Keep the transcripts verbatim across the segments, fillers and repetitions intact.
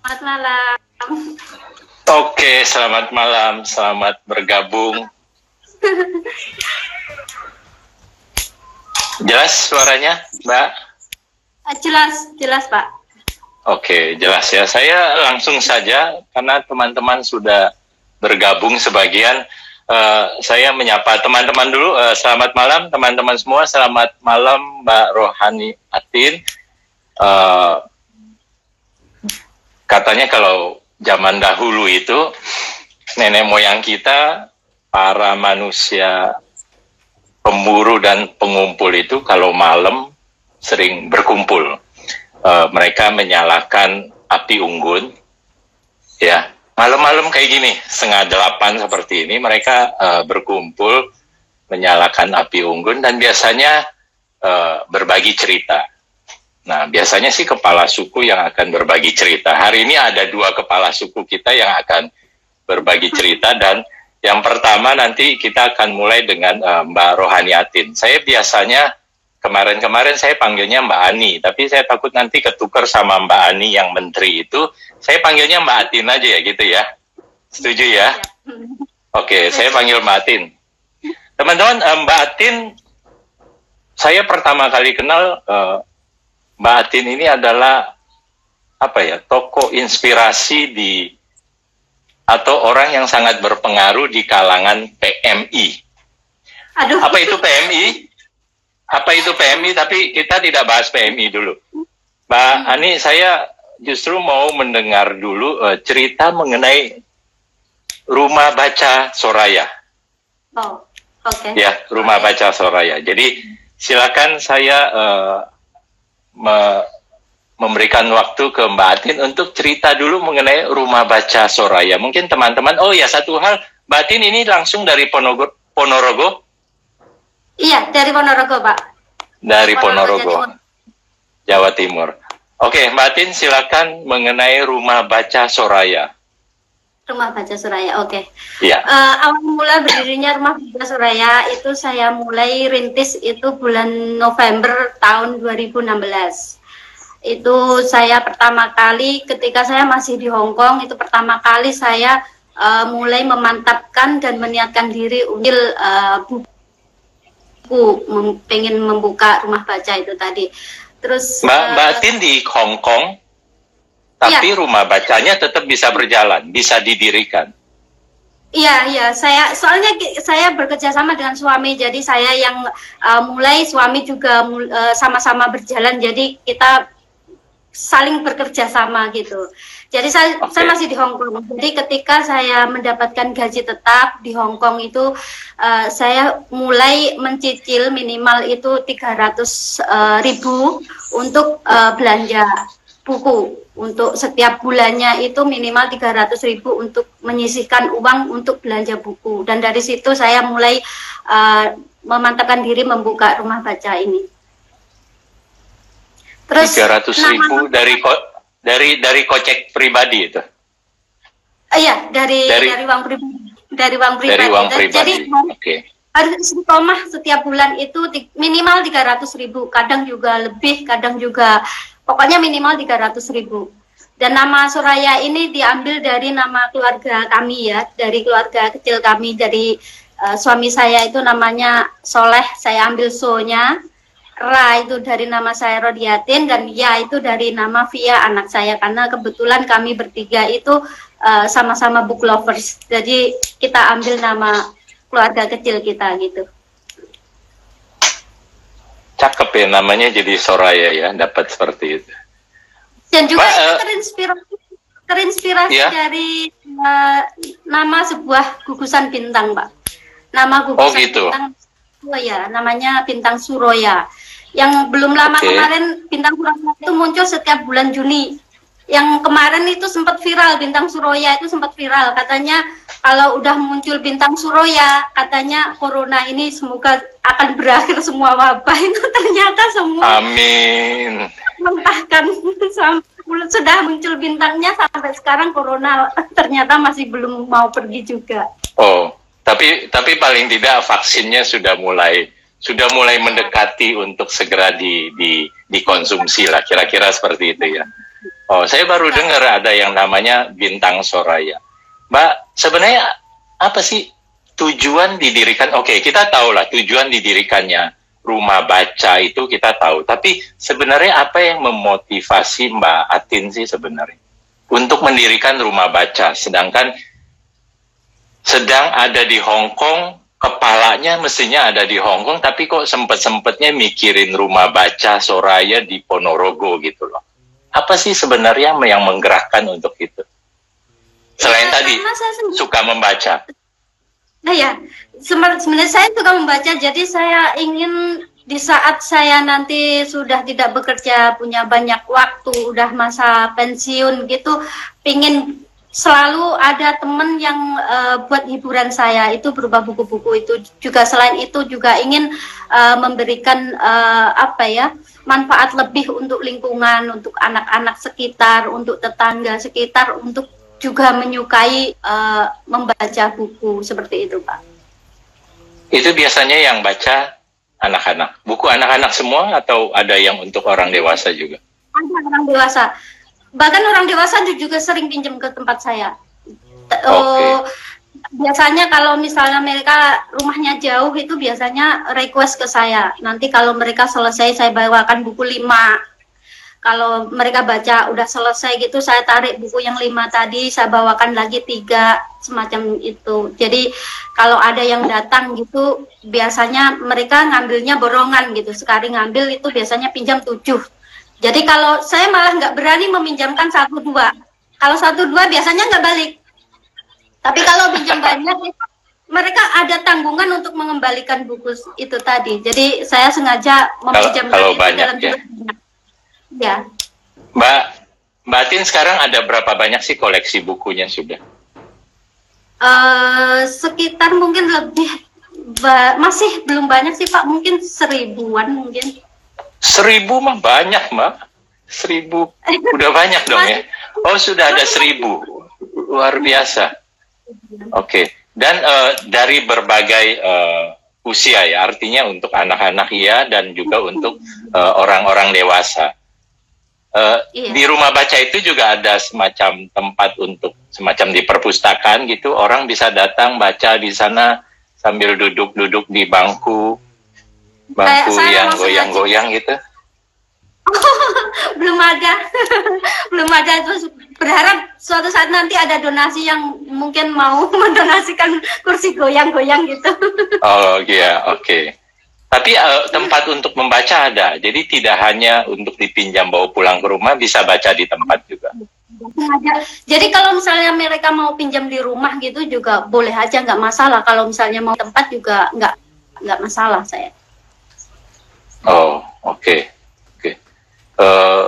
Selamat malam. Oke, selamat malam, selamat bergabung. Jelas suaranya, Mbak? Jelas, jelas Pak. Oke, jelas ya. Saya langsung saja, karena teman-teman sudah bergabung sebagian. Uh, saya menyapa teman-teman dulu. Uh, selamat malam, teman-teman semua. Selamat malam, Mbak Rohani Atin. Uh, katanya kalau zaman dahulu itu, nenek moyang kita, para manusia pemburu dan pengumpul itu kalau malam sering berkumpul. Uh, mereka menyalakan api unggun, ya. Malam-malam kayak gini, setengah delapan seperti ini, mereka uh, berkumpul menyalakan api unggun dan biasanya uh, berbagi cerita. Nah, biasanya sih kepala suku yang akan berbagi cerita. Hari ini ada dua kepala suku kita yang akan berbagi cerita, dan yang pertama nanti kita akan mulai dengan uh, Mbak Rohani Atin. Saya biasanya kemarin-kemarin saya panggilnya Mbak Ani, tapi saya takut nanti ketukar sama Mbak Ani yang menteri itu. Saya panggilnya Mbak Atin aja ya, gitu ya. Setuju ya? Oke, saya panggil Mbak Atin. Teman-teman, uh, Mbak Atin, saya pertama kali kenal uh, Mbak Atin ini adalah apa ya, tokoh inspirasi di atau orang yang sangat berpengaruh di kalangan P M I. Aduh. Apa itu P M I? Apa itu P M I? Tapi kita tidak bahas P M I dulu. Mbak hmm. Ani, saya justru mau mendengar dulu uh, cerita mengenai Rumah Baca Soraya. Oh, oke. Okay. Ya, Rumah okay. Baca Soraya. Jadi silakan saya uh, me memberikan waktu ke Mbak Atin untuk cerita dulu mengenai Rumah Baca Soraya. Mungkin teman-teman, oh ya satu hal, Mbak Atin ini langsung dari Ponorogo? Ponorogo? Iya, dari Ponorogo, Pak. Dari Ponorogo, Ponorogo. Jawa Timur. Oke, Mbak Atin silakan mengenai Rumah Baca Soraya. Rumah Baca Soraya, oke. Okay. Iya. Uh, awal mula berdirinya Rumah Baca Soraya itu saya mulai rintis itu bulan November tahun dua ribu enam belas. Itu saya pertama kali ketika saya masih di Hong Kong, itu pertama kali saya uh, mulai memantapkan dan meniatkan diri untuk uh, buku, mem pengen membuka rumah baca itu tadi. Terus Mbak, uh, Mbak Atin di Hong Kong, tapi ya, rumah bacanya tetap bisa berjalan, bisa didirikan. Iya, iya. Saya soalnya saya bekerja sama dengan suami, jadi saya yang uh, mulai, suami juga sama-sama uh, berjalan. Jadi kita saling bekerja sama gitu. Jadi saya, okay. saya masih di Hong Kong. Jadi ketika saya mendapatkan gaji tetap di Hong Kong itu, uh, saya mulai mencicil minimal itu tiga ratus ribu untuk uh, belanja buku. Untuk setiap bulannya itu minimal tiga ratus ribu untuk menyisihkan uang untuk belanja buku. Dan dari situ saya mulai uh, memantapkan diri membuka rumah baca ini. Terus tiga ratus ribu dari ko dari dari kocek pribadi itu? Uh, iya, dari dari, dari uang pribadi. Dari uang pribadi. Dari uang pribadi. Jadi okay. harus istiqomah setiap bulan itu minimal tiga ratus ribu. Kadang juga lebih, kadang juga pokoknya minimal tiga ratus ribu. Dan nama Soraya ini diambil dari nama keluarga kami ya, dari keluarga kecil kami. Dari uh, suami saya itu namanya Soleh, saya ambil So-nya. Ra itu dari nama saya Rodiatin, dan Ya itu dari nama Via anak saya. Karena kebetulan kami bertiga itu sama-sama uh, book lovers. Jadi kita ambil nama keluarga kecil kita gitu. Cakep ya, namanya jadi Soraya ya, dapat seperti itu. Dan juga Mbak, itu uh, terinspirasi, terinspirasi ya? dari uh, nama sebuah gugusan bintang, Pak. Nama gugusan oh, gitu. bintang Suroya, namanya Bintang Suroya. Yang belum lama okay. kemarin Bintang Suroya itu muncul setiap bulan Juni. Yang kemarin itu sempat viral, Bintang Suroya itu sempat viral. Katanya kalau udah muncul Bintang Suroya, katanya corona ini semoga akan berakhir semua wabah. Itu ternyata semua amin mentahkan sudah muncul bintangnya, sampai sekarang corona ternyata masih belum mau pergi juga. Oh, tapi tapi paling tidak vaksinnya sudah mulai sudah mulai mendekati untuk segera di, di dikonsumsi lah, kira-kira seperti itu ya. Oh, saya baru dengar ada yang namanya Bintang Soraya. Mbak, sebenarnya apa sih tujuan didirikan? Oke, kita tahu lah tujuan didirikannya rumah baca itu kita tahu. Tapi sebenarnya apa yang memotivasi Mbak Atin sih sebenarnya untuk mendirikan rumah baca? Sedangkan sedang ada di Hong Kong, kepalanya mestinya ada di Hong Kong, tapi kok sempet-sempetnya mikirin rumah baca Soraya di Ponorogo gitu loh. Apa sih sebenarnya yang menggerakkan untuk itu? Selain ya, tadi suka membaca. Nah ya, sebenarnya saya suka membaca, jadi saya ingin di saat saya nanti sudah tidak bekerja, punya banyak waktu, udah masa pensiun gitu, pingin selalu ada teman yang uh, buat hiburan saya, itu berupa buku-buku itu juga. Selain itu juga ingin uh, memberikan uh, apa ya manfaat lebih untuk lingkungan, untuk anak-anak sekitar, untuk tetangga sekitar, untuk juga menyukai uh, membaca buku seperti itu, Pak. Itu biasanya yang baca anak-anak, buku anak-anak semua atau ada yang untuk orang dewasa juga? Ada orang dewasa. Bahkan orang dewasa juga sering pinjam ke tempat saya. Oh, okay. Biasanya kalau misalnya mereka rumahnya jauh itu biasanya request ke saya. Nanti kalau mereka selesai saya bawakan buku lima. Kalau mereka baca udah selesai gitu, saya tarik buku yang lima tadi, saya bawakan lagi tiga, semacam itu. Jadi kalau ada yang datang gitu, biasanya mereka ngambilnya borongan gitu. Sekali ngambil itu biasanya pinjam tujuh. Jadi kalau saya malah nggak berani meminjamkan satu dua. Kalau satu dua biasanya nggak balik. Tapi kalau pinjam banyak, mereka ada tanggungan untuk mengembalikan buku itu tadi. Jadi saya sengaja meminjamkan kalau, kalau banyak, dalam ya. Banyak. Ya. Mbak, Mbak Atin sekarang ada berapa banyak sih koleksi bukunya sudah? Uh, sekitar mungkin lebih, masih belum banyak sih Pak. Mungkin seribuan mungkin. Seribu mah banyak, Mbak. Seribu. Udah banyak dong ya? Oh, sudah ada seribu. Luar biasa. Oke. Okay. Dan uh, dari berbagai uh, usia ya, artinya untuk anak-anak ya, dan juga untuk uh, orang-orang dewasa. Uh, iya. Di rumah baca itu juga ada semacam tempat untuk, semacam di perpustakaan gitu, orang bisa datang baca di sana sambil duduk-duduk di bangku. Bangku yang goyang-goyang gitu? Belum ada. Belum ada. Terus berharap suatu saat nanti ada donasi yang mungkin mau mendonasikan kursi goyang-goyang gitu. Oh iya, oke. Okay. Tapi uh, tempat untuk membaca ada. Jadi tidak hanya untuk dipinjam bawa pulang ke rumah, bisa baca di tempat juga. Jadi kalau misalnya mereka mau pinjam di rumah gitu juga boleh aja, nggak masalah. Kalau misalnya mau tempat juga nggak nggak masalah saya. Oh, oke, okay. oke. Okay. Uh,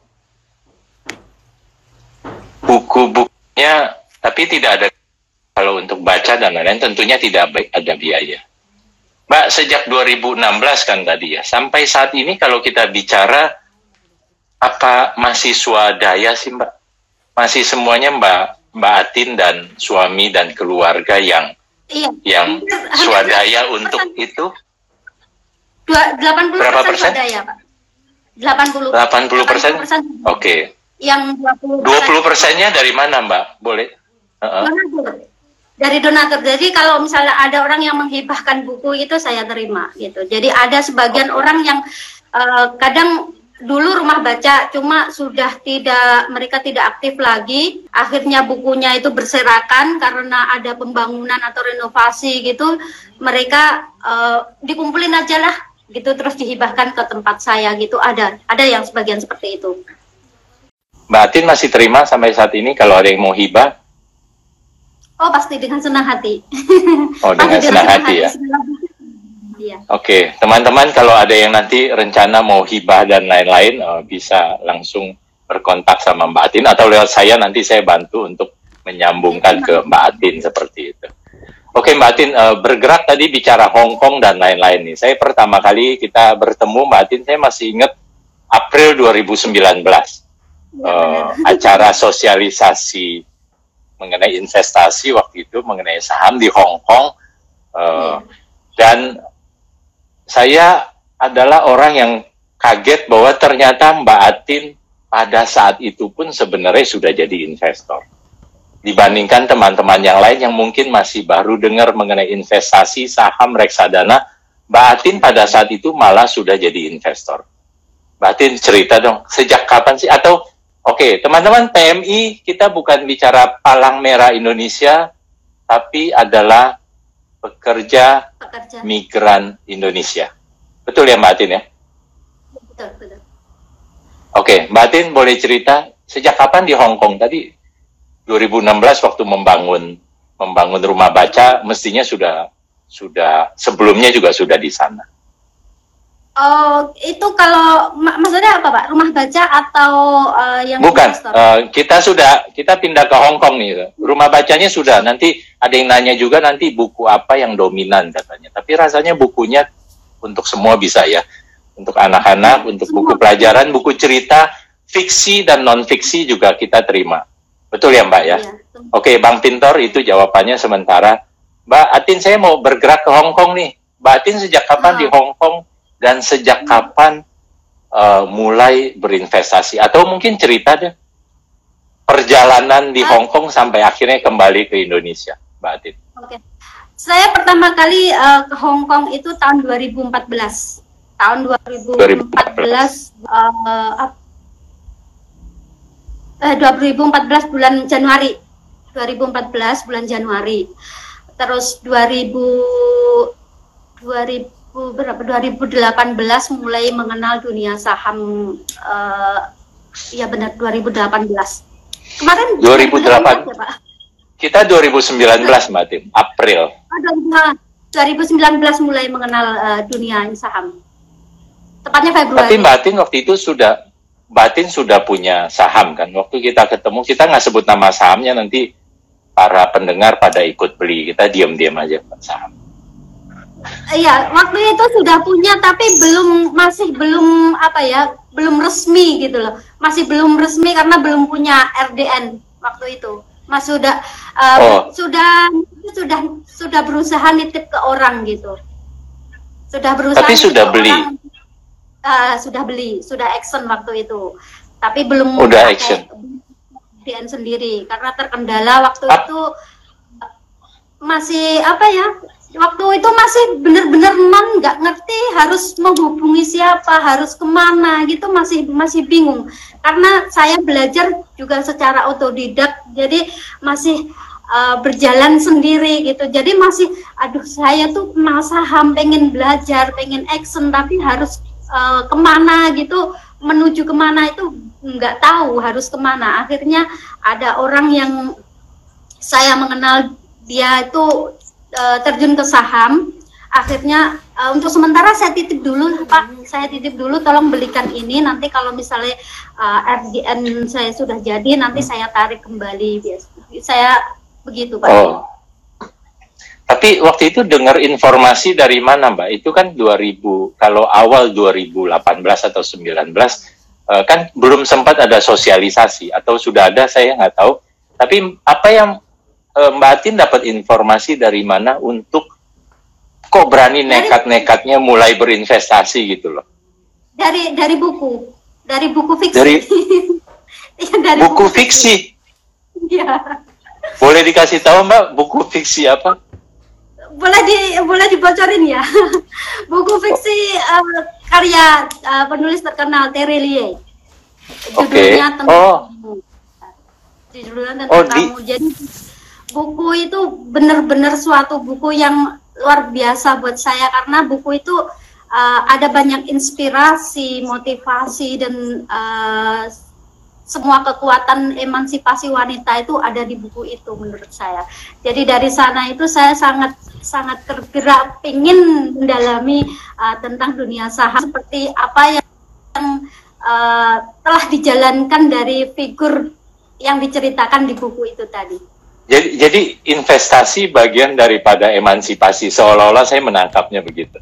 buku-bukunya, tapi tidak ada, kalau untuk baca dan lain-lain tentunya tidak ada biaya. Mbak, sejak dua ribu enam belas kan tadi ya, sampai saat ini kalau kita bicara, apa masih swadaya sih Mbak? Masih semuanya Mbak, Mbak Atin dan suami dan keluarga yang, iya. yang swadaya untuk itu? delapan puluh persen swadaya, Pak. delapan puluh persen. delapan puluh persen? Oke. Okay. Yang dua puluh persennya dari mana, Mbak? Boleh? Uh-uh. Donatur. Dari donatur. Jadi kalau misalnya ada orang yang menghibahkan buku itu saya terima gitu. Jadi ada sebagian okay. orang yang uh, kadang dulu rumah baca cuma sudah tidak, mereka tidak aktif lagi, akhirnya bukunya itu berserakan karena ada pembangunan atau renovasi gitu, mereka uh, dikumpulin aja lah gitu, terus dihibahkan ke tempat saya gitu. Ada ada yang sebagian seperti itu. Mbak Atin masih terima sampai saat ini kalau ada yang mau hibah? Oh, pasti dengan senang hati. Oh, dengan senang hati, hati ya. Iya. Oke, teman-teman kalau ada yang nanti rencana mau hibah dan lain-lain, uh, bisa langsung berkontak sama Mbak Atin atau lewat saya, nanti saya bantu untuk menyambungkan ke Mbak Atin seperti itu. Oke Mbak Atin, uh, bergerak tadi bicara Hong Kong dan lain-lain nih. Saya pertama kali kita bertemu Mbak Atin, saya masih ingat April dua ribu sembilan belas. Uh, acara sosialisasi mengenai investasi waktu itu, mengenai saham di Hong Kong. Uh, dan saya adalah orang yang kaget bahwa ternyata Mbak Atin pada saat itu pun sebenarnya sudah jadi investor. Dibandingkan teman-teman yang lain yang mungkin masih baru dengar mengenai investasi saham reksadana, Mbak Atin pada saat itu malah sudah jadi investor. Mbak Atin cerita dong, sejak kapan sih? Atau, oke, okay, teman-teman P M I, kita bukan bicara Palang Merah Indonesia, tapi adalah pekerja, pekerja migran Indonesia. Betul ya Mbak Atin ya? Betul, betul. Oke, Mbak Atin boleh cerita sejak kapan di Hong Kong tadi? dua ribu enam belas waktu membangun membangun rumah baca, mestinya sudah sudah sebelumnya juga sudah di sana. Oh, itu kalau mak maksudnya apa Pak? Rumah baca atau uh, yang bukan? Uh, kita sudah kita pindah ke Hong Kong nih. Rumah bacanya sudah. Nanti ada yang nanya juga nanti buku apa yang dominan katanya. Tapi rasanya bukunya untuk semua bisa ya. Untuk anak-anak, untuk buku pelajaran, buku cerita, fiksi dan non-fiksi juga kita terima. Betul ya Mbak ya? Iya. Oke, Bang Pintor itu jawabannya sementara. Mbak Atin, saya mau bergerak ke Hong Kong nih. Mbak Atin sejak kapan oh. di Hong Kong dan sejak hmm. kapan uh, mulai berinvestasi? Atau mungkin cerita deh perjalanan di ah. Hong Kong sampai akhirnya kembali ke Indonesia, Mbak Atin. Oke, saya pertama kali uh, ke Hong Kong itu tahun dua ribu empat belas. Tahun dua ribu empat belas uh, Eh, dua ribu empat belas bulan Januari, dua ribu empat belas bulan Januari, terus dua ribu berapa dua ribu delapan belas mulai mengenal dunia saham, uh, ya benar dua ribu delapan belas. Kemarin dua ribu delapan ya, Pak? Kita dua ribu sembilan belas Mbak Tim, April. Oh, dua ribu sembilan belas mulai mengenal uh, dunia saham. Tepatnya Februari. Tapi Mbak Tin waktu itu sudah Batin sudah punya saham kan? Waktu kita ketemu, kita nggak sebut nama sahamnya, nanti para pendengar pada ikut beli. Kita diam-diam aja Pak saham. Iya, waktu itu sudah punya, tapi belum masih belum apa ya, belum resmi gitu loh. Masih belum resmi karena belum punya R D N waktu itu. Mas sudah uh, oh. sudah sudah sudah berusaha nitip ke orang gitu. Sudah berusaha. Tapi sudah beli. Orang, Uh, sudah beli, sudah action waktu itu, tapi belum udah action D N sendiri karena terkendala waktu Ap itu masih apa ya, waktu itu masih bener-bener non nggak ngerti harus menghubungi siapa, harus kemana gitu, masih masih bingung karena saya belajar juga secara otodidak, jadi masih uh, berjalan sendiri gitu, jadi masih aduh saya tuh kenal saham, pengen belajar, pengen action tapi harus Uh, kemana gitu, menuju kemana itu nggak tahu harus kemana. Akhirnya ada orang yang saya mengenal, dia itu uh, terjun ke saham. Akhirnya uh, untuk sementara saya titip dulu Pak, saya titip dulu, tolong belikan ini, nanti kalau misalnya uh, R D N saya sudah jadi nanti saya tarik kembali. Saya begitu Pak. Oh. Tapi waktu itu dengar informasi dari mana Mbak? Itu kan dua ribu, kalau awal dua ribu delapan belas atau sembilan belas, uh, kan belum sempat ada sosialisasi, atau sudah ada saya nggak tahu. Tapi apa yang uh, Mbak Atin dapat informasi dari mana untuk kok berani nekat-nekatnya mulai berinvestasi gitu loh? Dari dari buku, dari buku fiksi. Dari, ya, dari buku, buku fiksi? Iya. Boleh dikasih tahu Mbak, buku fiksi apa? Boleh di boleh dibocorin ya. Buku fiksi uh, karya uh, penulis terkenal Terry Lee. Judulnya okay. tentang oh. judulnya tentang oh, kamu. di... Jadi buku itu benar-benar suatu buku yang luar biasa buat saya karena buku itu uh, ada banyak inspirasi, motivasi dan uh, semua kekuatan emansipasi wanita itu ada di buku itu menurut saya. Jadi dari sana itu saya sangat sangat tergerak ingin mendalami uh, tentang dunia saham seperti apa yang uh, telah dijalankan dari figur yang diceritakan di buku itu tadi. Jadi, jadi investasi bagian daripada emansipasi, seolah-olah saya menangkapnya begitu.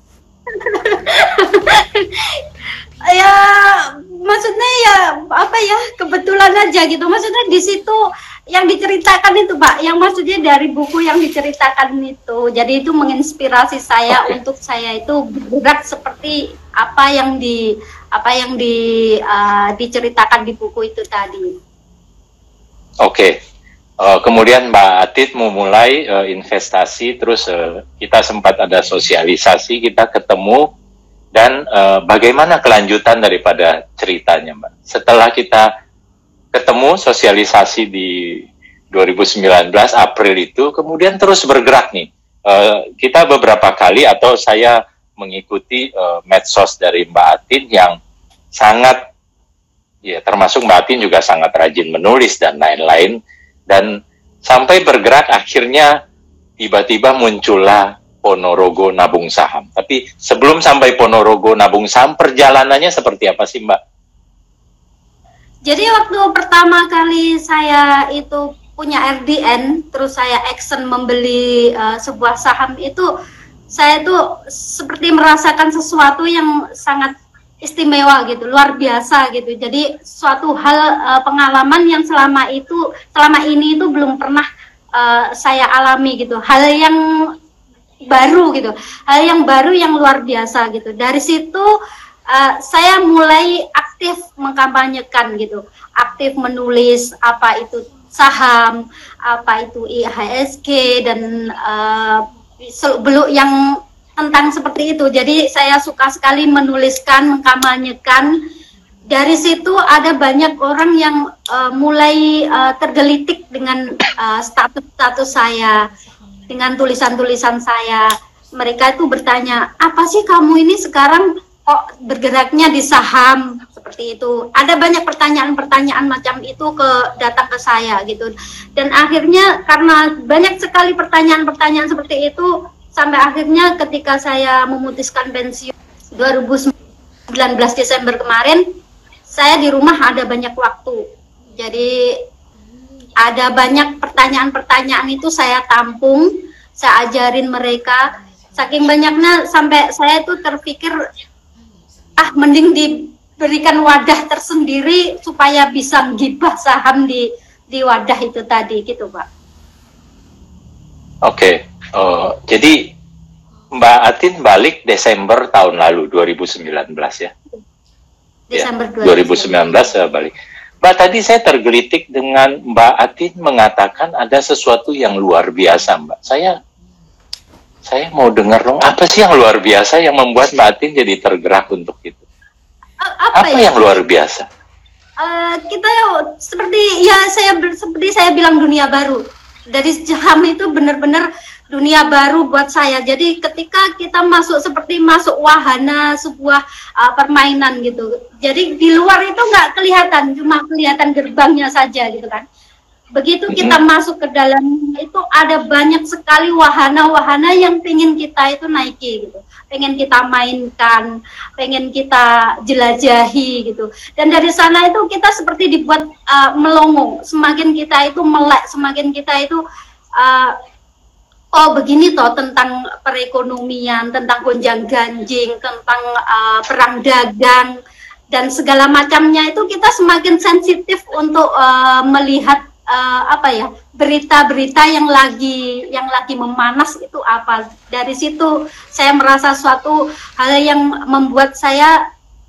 Ya maksudnya ya apa ya, kebetulan aja gitu, maksudnya di situ yang diceritakan itu Pak, yang maksudnya dari buku yang diceritakan itu, jadi itu menginspirasi saya okay. untuk saya itu bergerak seperti apa yang di apa yang di, uh, diceritakan di buku itu tadi. Oke, okay. uh, kemudian Mbak Atit memulai uh, investasi, terus uh, kita sempat ada sosialisasi, kita ketemu, dan uh, bagaimana kelanjutan daripada ceritanya, Mbak? Setelah kita ketemu sosialisasi di dua ribu sembilan belas April itu, kemudian terus bergerak nih. Uh, kita beberapa kali atau saya mengikuti uh, medsos dari Mbak Atin yang sangat, ya termasuk Mbak Atin juga sangat rajin menulis dan lain-lain, dan sampai bergerak akhirnya tiba-tiba muncullah Ponorogo Nabung Saham. Tapi sebelum sampai Ponorogo Nabung Saham, perjalanannya seperti apa sih Mbak? Jadi waktu pertama kali saya itu punya R D N, terus saya action membeli uh, sebuah saham itu, saya tuh seperti merasakan sesuatu yang sangat istimewa gitu, luar biasa gitu. Jadi suatu hal uh, pengalaman yang selama itu, selama ini itu belum pernah uh, saya alami gitu. Hal yang baru gitu, hal yang baru yang luar biasa gitu. Dari situ uh, saya mulai aktif mengkampanyekan gitu, aktif menulis apa itu saham, apa itu I H S G dan uh, belum yang tentang seperti itu. Jadi saya suka sekali menuliskan, mengkampanyekan. Dari situ ada banyak orang yang uh, mulai uh, tergelitik dengan uh, status-status saya, dengan tulisan-tulisan saya. Mereka itu bertanya, apa sih kamu ini sekarang kok bergeraknya di saham seperti itu? Ada banyak pertanyaan-pertanyaan macam itu ke datang ke saya gitu. Dan akhirnya karena banyak sekali pertanyaan-pertanyaan seperti itu, sampai akhirnya ketika saya memutuskan pensiun dua ribu sembilan belas Desember kemarin, saya di rumah ada banyak waktu. Jadi ada banyak pertanyaan-pertanyaan itu saya tampung, saya ajarin mereka. Saking banyaknya sampai saya itu terpikir, ah mending diberikan wadah tersendiri supaya bisa gibah saham di di wadah itu tadi gitu Pak. Oke, okay. uh, jadi Mbak Atin balik Desember tahun lalu dua ribu sembilan belas ya. Desember ya, dua ribu sembilan belas saya balik. Mbak, tadi saya tergelitik dengan Mbak Atin mengatakan ada sesuatu yang luar biasa, Mbak. Saya saya mau dengar dong, apa sih yang luar biasa yang membuat Mbak Atin jadi tergerak untuk itu? Apa, apa ya? yang luar biasa? Uh, kita ya seperti ya saya seperti saya bilang dunia baru. Dari saham itu benar-benar dunia baru buat saya. Jadi ketika kita masuk seperti masuk wahana sebuah uh, permainan gitu. Jadi di luar itu nggak kelihatan, cuma kelihatan gerbangnya saja gitu kan. Begitu kita mm-hmm. masuk ke dalam itu ada banyak sekali wahana-wahana yang pengen kita itu naiki gitu, pengen kita mainkan, pengen kita jelajahi gitu. Dan dari sana itu kita seperti dibuat uh, melongo. Semakin kita itu melek, semakin kita itu uh, oh begini toh tentang perekonomian, tentang gonjang-ganjing, tentang uh, perang dagang dan segala macamnya itu kita semakin sensitif untuk uh, melihat Uh, apa ya berita-berita yang lagi yang lagi memanas itu apa. Dari situ saya merasa suatu hal yang membuat saya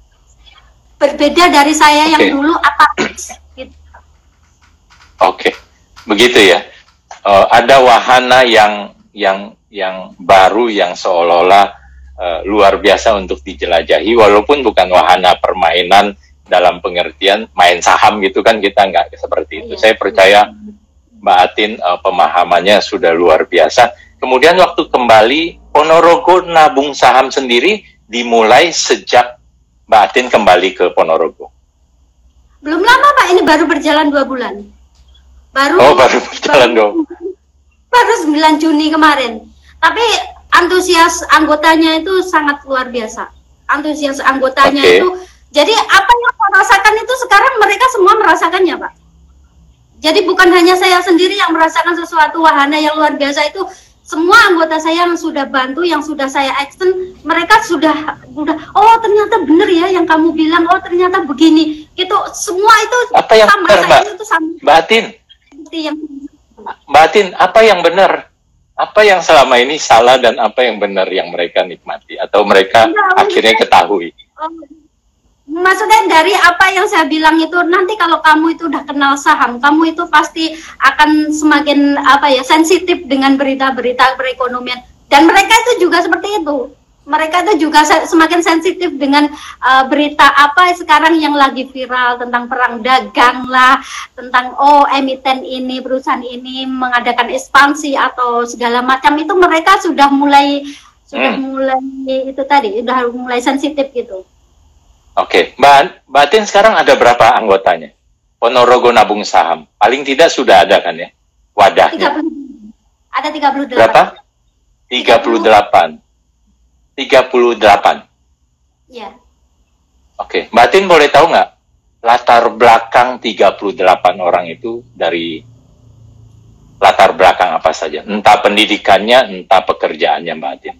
berbeda dari saya okay. yang dulu apatis gitu. Oke, okay. Begitu ya. Uh, ada wahana yang yang yang baru yang seolah-olah uh, luar biasa untuk dijelajahi, walaupun bukan wahana permainan dalam pengertian main saham gitu kan, kita nggak seperti itu. Iya. Saya percaya Mbak Atin uh, pemahamannya sudah luar biasa. Kemudian waktu kembali Ponorogo Nabung Saham sendiri dimulai sejak Mbak Atin kembali ke Ponorogo. Belum lama Pak, ini baru berjalan dua bulan. Baru. Oh baru berjalan dong. Baru sembilan Juni kemarin. Tapi antusias anggotanya itu sangat luar biasa. Antusias anggotanya okay. itu. Jadi apa yang saya rasakan itu sekarang mereka semua merasakannya Pak. Jadi bukan hanya saya sendiri yang merasakan sesuatu wahana yang luar biasa itu. Semua anggota saya yang sudah bantu, yang sudah saya action, mereka sudah, sudah oh ternyata benar ya yang kamu bilang, oh ternyata begini. Gitu, semua itu apa yang sama, benar, Mbak? Itu sama. Mbak Atin, yang... Mbak Atin, apa yang benar? Apa yang selama ini salah dan apa yang benar yang mereka nikmati atau mereka Enggak, akhirnya ketahui? Oh. maksudnya dari apa yang saya bilang itu, nanti kalau kamu itu udah kenal saham, kamu itu pasti akan semakin apa ya, sensitif dengan berita-berita perekonomian. Dan mereka itu juga seperti itu. Mereka itu juga semakin sensitif dengan uh, berita apa sekarang yang lagi viral tentang perang dagang lah, tentang oh emiten ini, perusahaan ini mengadakan ekspansi atau segala macam, itu mereka sudah mulai sudah hmm. mulai itu tadi, sudah mulai sensitif gitu. Oke, Mbak, Mbak Atin sekarang ada berapa anggotanya? Ponorogo Nabung Saham. Paling tidak sudah ada kan ya? Wadahnya. tiga puluh, ada tiga puluh delapan. Berapa? tiga puluh delapan. tiga puluh delapan. Iya. Oke, Mbak Atin boleh tahu nggak latar belakang tiga puluh delapan orang itu dari latar belakang apa saja? Entah pendidikannya, entah pekerjaannya, Mbak Atin.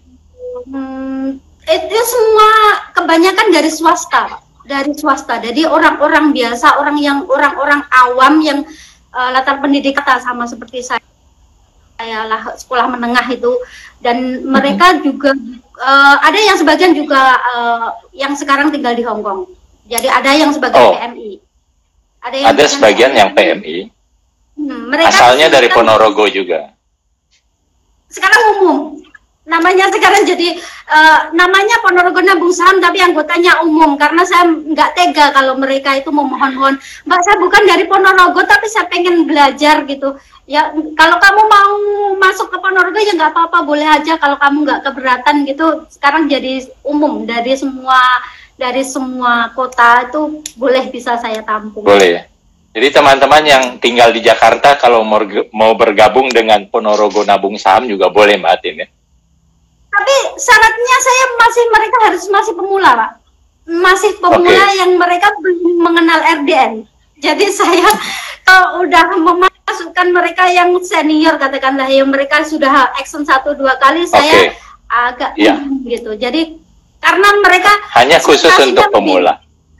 Hmm, itu semua kebanyakan dari swasta, dari swasta. Jadi orang-orang biasa, orang yang orang-orang awam yang uh, latar pendidikan sama seperti saya, saya lah sekolah menengah itu, dan mereka mm-hmm. juga uh, ada yang sebagian juga uh, yang sekarang tinggal di Hong Kong. Jadi ada yang sebagian oh. P M I. Ada yang ada sebagian yang P M I. Hmm, mereka asalnya dari Ponorogo juga. Sekarang umum. Namanya sekarang jadi uh, namanya Ponorogo Nabung Saham, tapi anggotanya umum, karena saya nggak tega kalau mereka itu memohon-mohon, Mbak saya bukan dari Ponorogo tapi saya pengen belajar gitu ya, kalau kamu mau masuk ke Ponorogo ya nggak apa-apa, boleh aja kalau kamu nggak keberatan gitu. Sekarang jadi umum dari semua dari semua kota itu boleh, bisa saya tampung. Boleh ya. Jadi teman-teman yang tinggal di Jakarta kalau mau bergabung dengan Ponorogo Nabung Saham juga boleh, Mbak Atin ya. Tapi syaratnya saya masih, mereka harus masih pemula, Pak. Masih pemula okay. yang mereka belum mengenal R D N. Jadi saya kalau udah memasukkan mereka yang senior, katakanlah yang mereka sudah action satu dua kali, okay. saya agak yeah. gitu. Jadi karena mereka hanya khusus untuk pemula.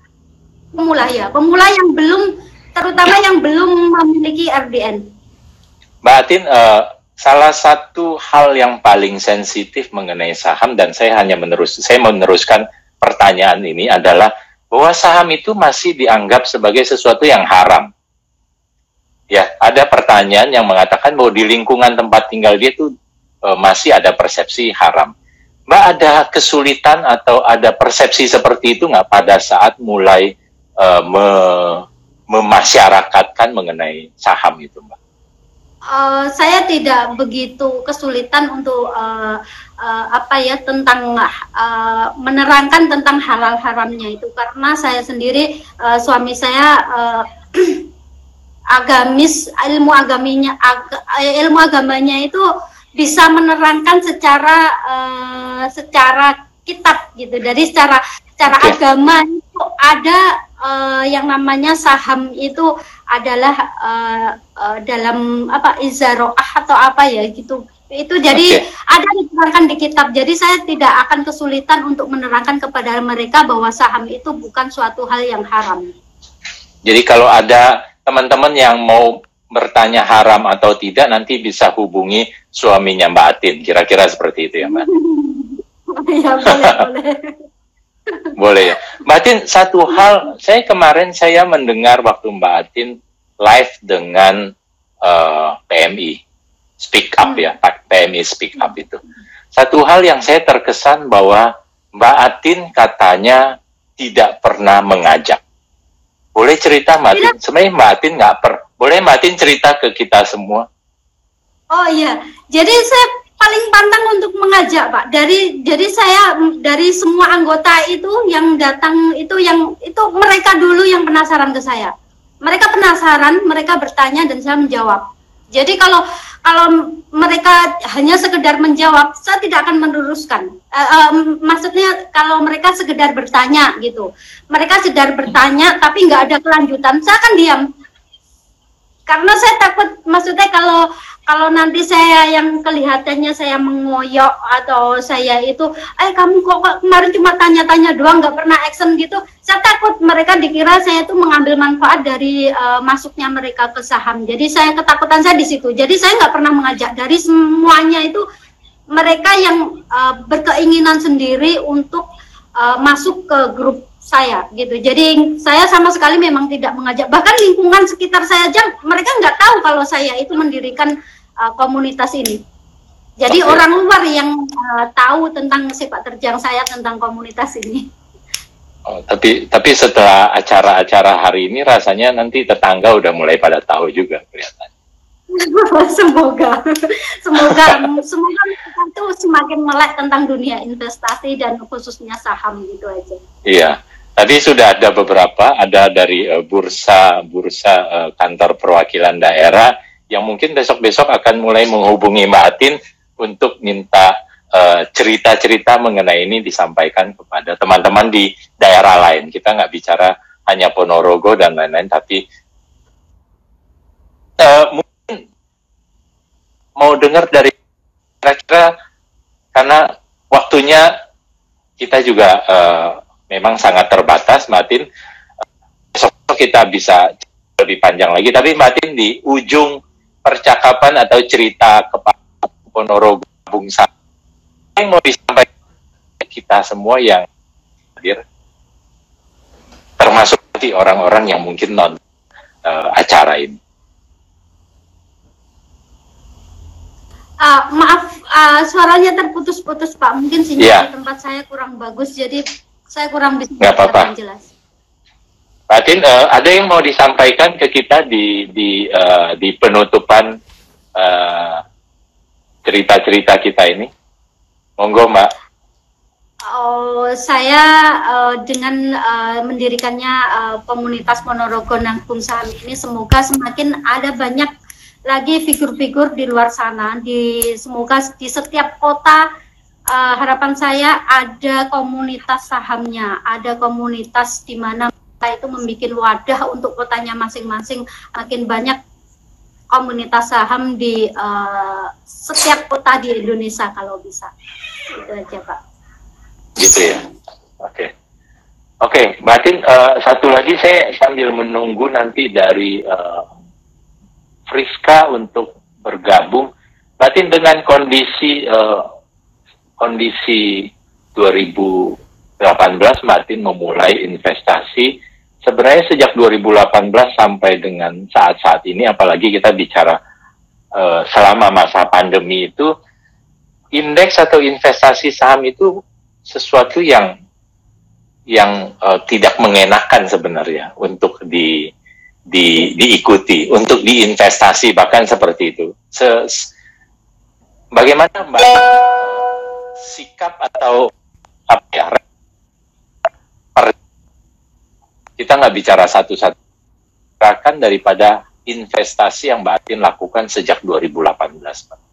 Pemula ya, pemula yang belum, terutama yang belum memiliki R D N. Mbak Atin, uh, salah satu hal yang paling sensitif mengenai saham, dan saya hanya menerus, saya meneruskan pertanyaan ini adalah bahwa saham itu masih dianggap sebagai sesuatu yang haram. Ya, ada pertanyaan yang mengatakan bahwa di lingkungan tempat tinggal dia itu e, masih ada persepsi haram. Mbak, ada kesulitan atau ada persepsi seperti itu nggak pada saat mulai e, me, memasyarakatkan mengenai saham itu, Mbak? Uh, saya tidak begitu kesulitan untuk uh, uh, apa ya tentang uh, menerangkan tentang halal haramnya itu, karena saya sendiri uh, suami saya uh, agamis, ilmu agaminya ag, ilmu agamanya itu bisa menerangkan secara uh, secara kitab gitu. Jadi secara secara okay. agama itu ada uh, yang namanya saham itu adalah uh, uh, dalam apa izaroah atau apa ya gitu. Itu jadi okay. ada diterangkan di kitab. Jadi saya tidak akan kesulitan untuk menerangkan kepada mereka bahwa saham itu bukan suatu hal yang haram. Jadi kalau ada teman-teman yang mau bertanya haram atau tidak, nanti bisa hubungi suaminya Mbak Atin. Kira-kira seperti itu ya, Mbak? Ya, boleh, boleh. Boleh ya. Mbak Atin, satu hal, saya kemarin saya mendengar waktu Mbak Atin live dengan uh, P M I, Speak Up ya, P M I Speak Up itu. Satu hal yang saya terkesan bahwa Mbak Atin katanya tidak pernah mengajak. Boleh cerita Mbak Atin? Sebenarnya Mbak Atin nggak per, boleh Mbak Atin cerita ke kita semua? Oh iya, jadi saya paling pantang untuk mengajak, Pak. Dari jadi saya dari semua anggota itu yang datang itu yang itu mereka dulu yang penasaran ke saya. Mereka penasaran, mereka bertanya dan saya menjawab. Jadi kalau kalau mereka hanya sekedar menjawab, saya tidak akan meneruskan. Uh, um, maksudnya kalau mereka sekedar bertanya gitu, mereka sekedar bertanya tapi nggak ada kelanjutan, saya akan diam. Karena saya takut, maksudnya kalau kalau nanti saya yang kelihatannya saya mengoyok atau saya itu, eh kamu kok kemarin cuma tanya-tanya doang, nggak pernah action gitu, saya takut mereka dikira saya itu mengambil manfaat dari uh, masuknya mereka ke saham. Jadi saya ketakutan saya di situ. Jadi saya nggak pernah mengajak. Dari semuanya itu mereka yang uh, berkeinginan sendiri untuk uh, masuk ke grup saya gitu. Jadi saya sama sekali memang tidak mengajak, bahkan lingkungan sekitar saya aja mereka nggak tahu kalau saya itu mendirikan uh, komunitas ini. Jadi okay. orang luar yang uh, tahu tentang sepak terjang saya, tentang komunitas ini. Oh, tapi tapi setelah acara-acara hari ini rasanya nanti tetangga udah mulai pada tahu juga kelihatan. Semoga, semoga, semoga kita tuh semakin melek tentang dunia investasi dan khususnya saham gitu aja. Iya, tadi sudah ada beberapa, ada dari uh, bursa bursa uh, kantor perwakilan daerah yang mungkin besok-besok akan mulai menghubungi Mbak Atin untuk minta uh, cerita-cerita mengenai ini disampaikan kepada teman-teman di daerah lain. Kita nggak bicara hanya Ponorogo dan lain-lain, tapi uh, mau dengar dari kira-kira, karena waktunya kita juga uh, memang sangat terbatas, Mbak Tin. Besok kita bisa lebih panjang lagi, tapi Mbak Tin di ujung percakapan atau cerita kepada Ponorogo Bung Sa, yang mau disampaikan kita semua yang hadir, termasuk nanti orang-orang yang mungkin non uh, acara ini. Uh, maaf, uh, suaranya terputus-putus Pak. Mungkin sinyal yeah. di tempat saya kurang bagus, jadi saya kurang bisa menjelaskan jelas. Pak Tin, uh, ada yang mau disampaikan ke kita di di uh, di penutupan uh, cerita-cerita kita ini? Monggo, Mbak. Oh, saya uh, dengan uh, mendirikannya uh, komunitas Ponorogo Nanggung Saham ini, semoga semakin ada banyak lagi figur-figur di luar sana, di semoga di setiap kota uh, harapan saya ada komunitas sahamnya, ada komunitas di mana itu membuat wadah untuk kotanya masing-masing, makin banyak komunitas saham di uh, setiap kota di Indonesia kalau bisa. Itu aja Pak. Gitu ya. Oke. Okay. Oke, okay, Mbak Tin, uh, satu lagi saya sambil menunggu nanti dari uh, Friska untuk bergabung. Berarti dengan kondisi uh, kondisi dua ribu delapan belas Martin memulai investasi. Sebenarnya sejak dua ribu delapan belas sampai dengan saat-saat ini, apalagi kita bicara uh, selama masa pandemi itu, indeks atau investasi saham itu sesuatu yang yang uh, tidak mengenakan sebenarnya untuk di Di, diikuti, untuk diinvestasi, bahkan seperti itu. Se, bagaimana Mbak sikap atau apa ya? Kita nggak bicara satu-satu, bahkan daripada investasi yang Mbak Atin lakukan sejak dua ribu delapan belas, Pak.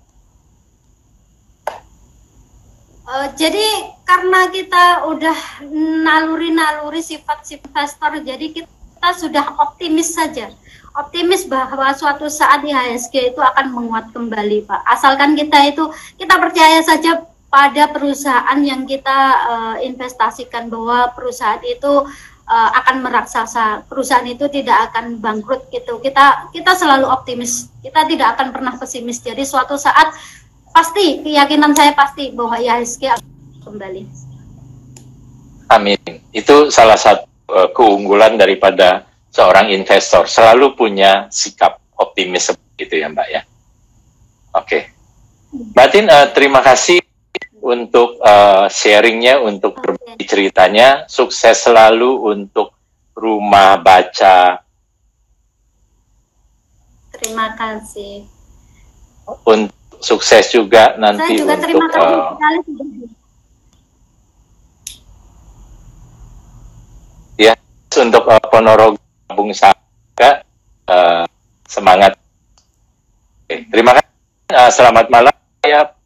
Uh, jadi karena kita udah naluri-naluri sifat-sifat investor, jadi kita kita sudah optimis saja, optimis bahwa suatu saat I H S G itu akan menguat kembali, Pak. Asalkan kita itu, kita percaya saja pada perusahaan yang kita uh, investasikan, bahwa perusahaan itu uh, akan meraksasa, perusahaan itu tidak akan bangkrut gitu. Kita kita selalu optimis, kita tidak akan pernah pesimis. Jadi suatu saat pasti, keyakinan saya pasti bahwa I H S G akan kembali. Amin. Itu salah satu keunggulan daripada seorang investor, selalu punya sikap optimis seperti itu ya Mbak ya. Oke, okay. Mbak Tin, uh, terima kasih untuk uh, sharingnya, untuk berbagi ceritanya. Sukses selalu untuk rumah baca. Terima kasih. Untuk sukses juga nanti. Saya juga untuk, terima kasih uh, sekali. Ya, untuk uh, Ponorogo Bung Saka, uh, semangat. Oke, terima kasih. Uh, selamat malam ya.